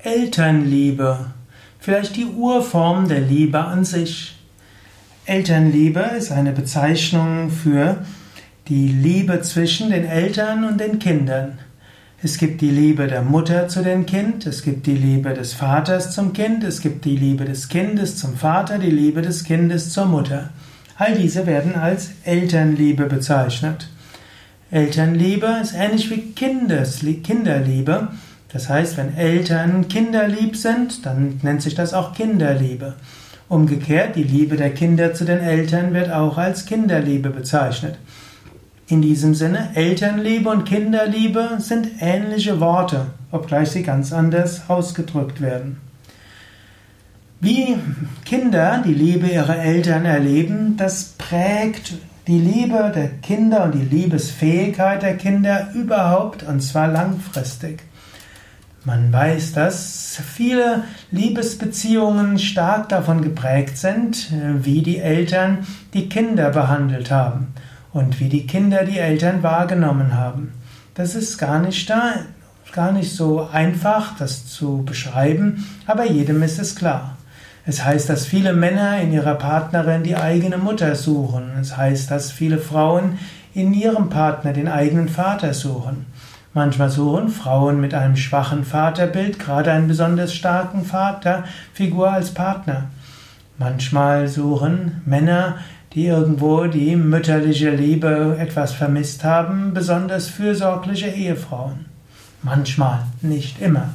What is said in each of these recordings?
Elternliebe, vielleicht die Urform der Liebe an sich. Elternliebe ist eine Bezeichnung für die Liebe zwischen den Eltern und den Kindern. Es gibt die Liebe der Mutter zu dem Kind, es gibt die Liebe des Vaters zum Kind, es gibt die Liebe des Kindes zum Vater, die Liebe des Kindes zur Mutter. All diese werden als Elternliebe bezeichnet. Elternliebe ist ähnlich wie Kinderliebe. Das heißt, wenn Eltern kinderlieb sind, dann nennt sich das auch Kinderliebe. Umgekehrt, die Liebe der Kinder zu den Eltern wird auch als Kinderliebe bezeichnet. In diesem Sinne, Elternliebe und Kinderliebe sind ähnliche Worte, obgleich sie ganz anders ausgedrückt werden. Wie Kinder die Liebe ihrer Eltern erleben, das prägt die Liebe der Kinder und die Liebesfähigkeit der Kinder überhaupt, und zwar langfristig. Man weiß, dass viele Liebesbeziehungen stark davon geprägt sind, wie die Eltern die Kinder behandelt haben und wie die Kinder die Eltern wahrgenommen haben. Das ist gar nicht so einfach, das zu beschreiben, aber jedem ist es klar. Es heißt, dass viele Männer in ihrer Partnerin die eigene Mutter suchen. Es heißt, dass viele Frauen in ihrem Partner den eigenen Vater suchen. Manchmal suchen Frauen mit einem schwachen Vaterbild gerade einen besonders starken Vaterfigur als Partner. Manchmal suchen Männer, die irgendwo die mütterliche Liebe etwas vermisst haben, besonders fürsorgliche Ehefrauen. Manchmal, nicht immer.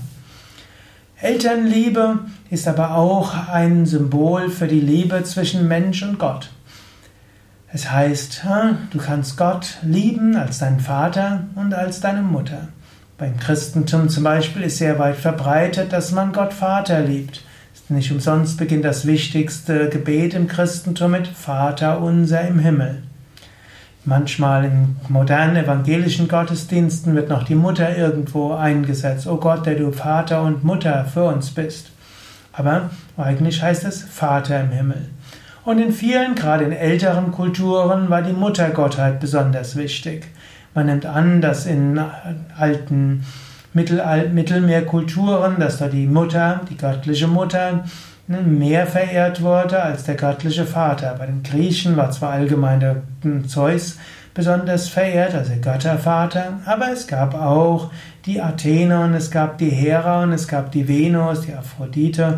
Elternliebe ist aber auch ein Symbol für die Liebe zwischen Mensch und Gott. Es heißt, du kannst Gott lieben als deinen Vater und als deine Mutter. Beim Christentum zum Beispiel ist sehr weit verbreitet, dass man Gott Vater liebt. Nicht umsonst beginnt das wichtigste Gebet im Christentum mit Vater unser im Himmel. Manchmal in modernen evangelischen Gottesdiensten wird noch die Mutter irgendwo eingesetzt. Oh Gott, der du Vater und Mutter für uns bist. Aber eigentlich heißt es Vater im Himmel. Und in vielen, gerade in älteren Kulturen, war die Muttergottheit besonders wichtig. Man nimmt an, dass in alten Mittelmeerkulturen, dass da die Mutter, die göttliche Mutter, mehr verehrt wurde als der göttliche Vater. Bei den Griechen war zwar allgemein der Zeus besonders verehrt, also der Göttervater, aber es gab auch die Athene und es gab die Hera und es gab die Venus, die Aphrodite,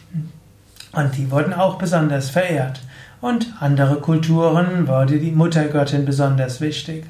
und die wurden auch besonders verehrt. Und andere Kulturen wurde die Muttergöttin besonders wichtig.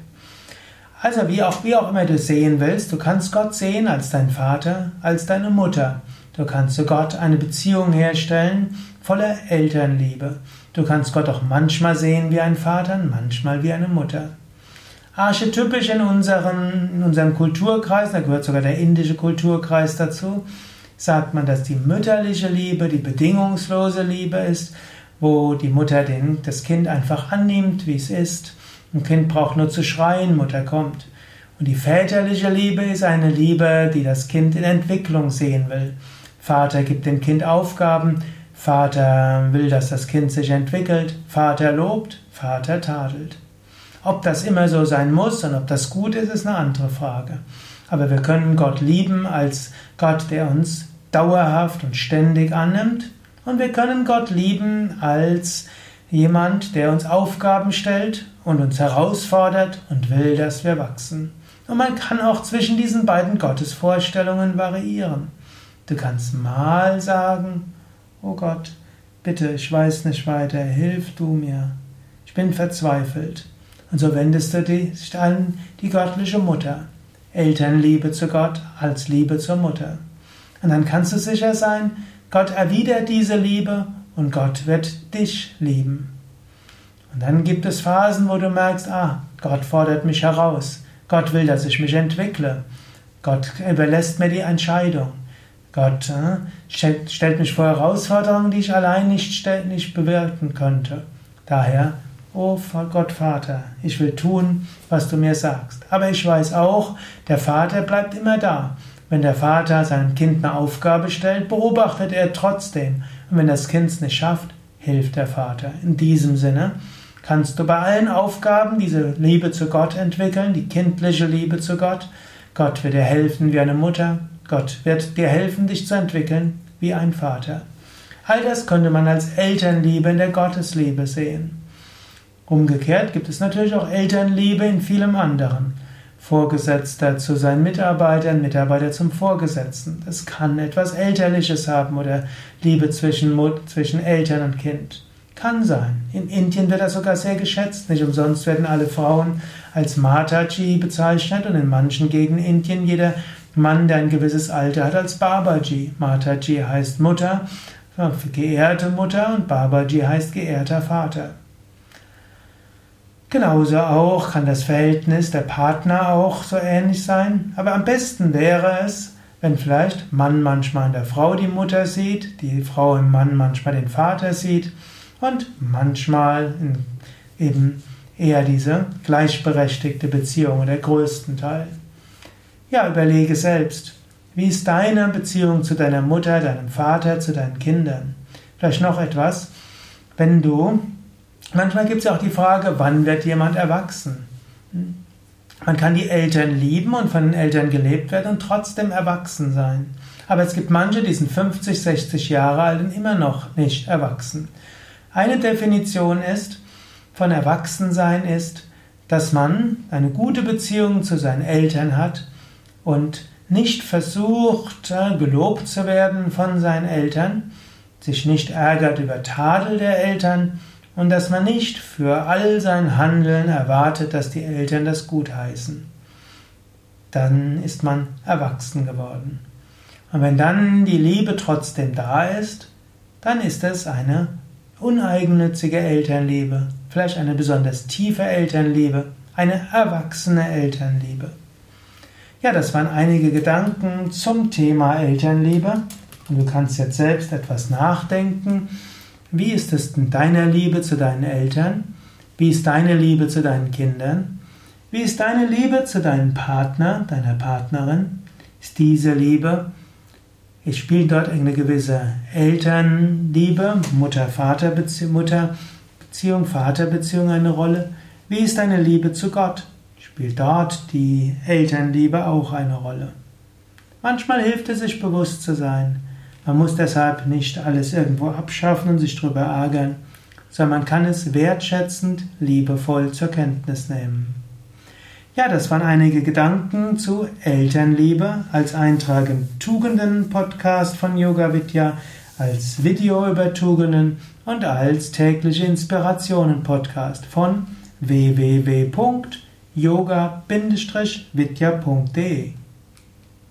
Also wie auch immer du sehen willst, du kannst Gott sehen als dein Vater, als deine Mutter. Du kannst zu Gott eine Beziehung herstellen, voller Elternliebe. Du kannst Gott auch manchmal sehen wie ein Vater, manchmal wie eine Mutter. Archetypisch in unserem Kulturkreis, da gehört sogar der indische Kulturkreis dazu, sagt man, dass die mütterliche Liebe die bedingungslose Liebe ist, wo die Mutter das Kind einfach annimmt, wie es ist. Ein Kind braucht nur zu schreien, Mutter kommt. Und die väterliche Liebe ist eine Liebe, die das Kind in Entwicklung sehen will. Vater gibt dem Kind Aufgaben, Vater will, dass das Kind sich entwickelt, Vater lobt, Vater tadelt. Ob das immer so sein muss und ob das gut ist, ist eine andere Frage. Aber wir können Gott lieben als Gott, der uns dauerhaft und ständig annimmt. Und wir können Gott lieben als jemand, der uns Aufgaben stellt und uns herausfordert und will, dass wir wachsen. Und man kann auch zwischen diesen beiden Gottesvorstellungen variieren. Du kannst mal sagen, oh Gott, bitte, ich weiß nicht weiter, hilf du mir. Ich bin verzweifelt. Und so wendest du dich an die göttliche Mutter. Elternliebe zu Gott als Liebe zur Mutter. Und dann kannst du sicher sein, Gott erwidert diese Liebe und Gott wird dich lieben. Und dann gibt es Phasen, wo du merkst, Gott fordert mich heraus. Gott will, dass ich mich entwickle. Gott überlässt mir die Entscheidung. Gott stellt mich vor Herausforderungen, die ich allein nicht bewirken könnte. Daher, oh Gott Vater, ich will tun, was du mir sagst. Aber ich weiß auch, der Vater bleibt immer da. Wenn der Vater seinem Kind eine Aufgabe stellt, beobachtet er trotzdem. Und wenn das Kind es nicht schafft, hilft der Vater. In diesem Sinne kannst du bei allen Aufgaben diese Liebe zu Gott entwickeln, die kindliche Liebe zu Gott. Gott wird dir helfen wie eine Mutter, Gott wird dir helfen, dich zu entwickeln wie ein Vater. All das könnte man als Elternliebe in der Gottesliebe sehen. Umgekehrt gibt es natürlich auch Elternliebe in vielem anderen. Vorgesetzter zu seinen Mitarbeitern, Mitarbeiter zum Vorgesetzten. Das kann etwas Elterliches haben oder Liebe zwischen Eltern und Kind. Kann sein. In Indien wird das sogar sehr geschätzt. Nicht umsonst werden alle Frauen als Mataji bezeichnet und in manchen Gegenden Indien jeder Mann, der ein gewisses Alter hat, als Babaji. Mataji heißt Mutter, geehrte Mutter, und Babaji heißt geehrter Vater. Genauso auch kann das Verhältnis der Partner auch so ähnlich sein, aber am besten wäre es, wenn vielleicht Mann manchmal in der Frau die Mutter sieht, die Frau im Mann manchmal den Vater sieht und manchmal eben eher diese gleichberechtigte Beziehung oder größten Teil. Ja, überlege selbst, wie ist deine Beziehung zu deiner Mutter, deinem Vater, zu deinen Kindern? Vielleicht noch etwas, manchmal gibt es ja auch die Frage, wann wird jemand erwachsen? Man kann die Eltern lieben und von den Eltern gelebt werden und trotzdem erwachsen sein. Aber es gibt manche, die sind 50, 60 Jahre alt und immer noch nicht erwachsen. Eine Definition von Erwachsensein ist, dass man eine gute Beziehung zu seinen Eltern hat und nicht versucht, gelobt zu werden von seinen Eltern, sich nicht ärgert über Tadel der Eltern und dass man nicht für all sein Handeln erwartet, dass die Eltern das gutheißen. Dann ist man erwachsen geworden. Und wenn dann die Liebe trotzdem da ist, dann ist es eine uneigennützige Elternliebe, vielleicht eine besonders tiefe Elternliebe, eine erwachsene Elternliebe. Ja, das waren einige Gedanken zum Thema Elternliebe. Und du kannst jetzt selbst etwas nachdenken. Wie ist es in deiner Liebe zu deinen Eltern? Wie ist deine Liebe zu deinen Kindern? Wie ist deine Liebe zu deinem Partner, deiner Partnerin? Ist diese Liebe, es spielt dort eine gewisse Elternliebe, Mutter-Vater-Beziehung, Vaterbeziehung eine Rolle? Wie ist deine Liebe zu Gott? Spielt dort die Elternliebe auch eine Rolle? Manchmal hilft es, sich bewusst zu sein. Man muss deshalb nicht alles irgendwo abschaffen und sich darüber ärgern, sondern man kann es wertschätzend, liebevoll zur Kenntnis nehmen. Ja, das waren einige Gedanken zu Elternliebe als Eintrag im Tugenden-Podcast von Yoga Vidya, als Video über Tugenden und als tägliche Inspirationen-Podcast von www.yoga-vidya.de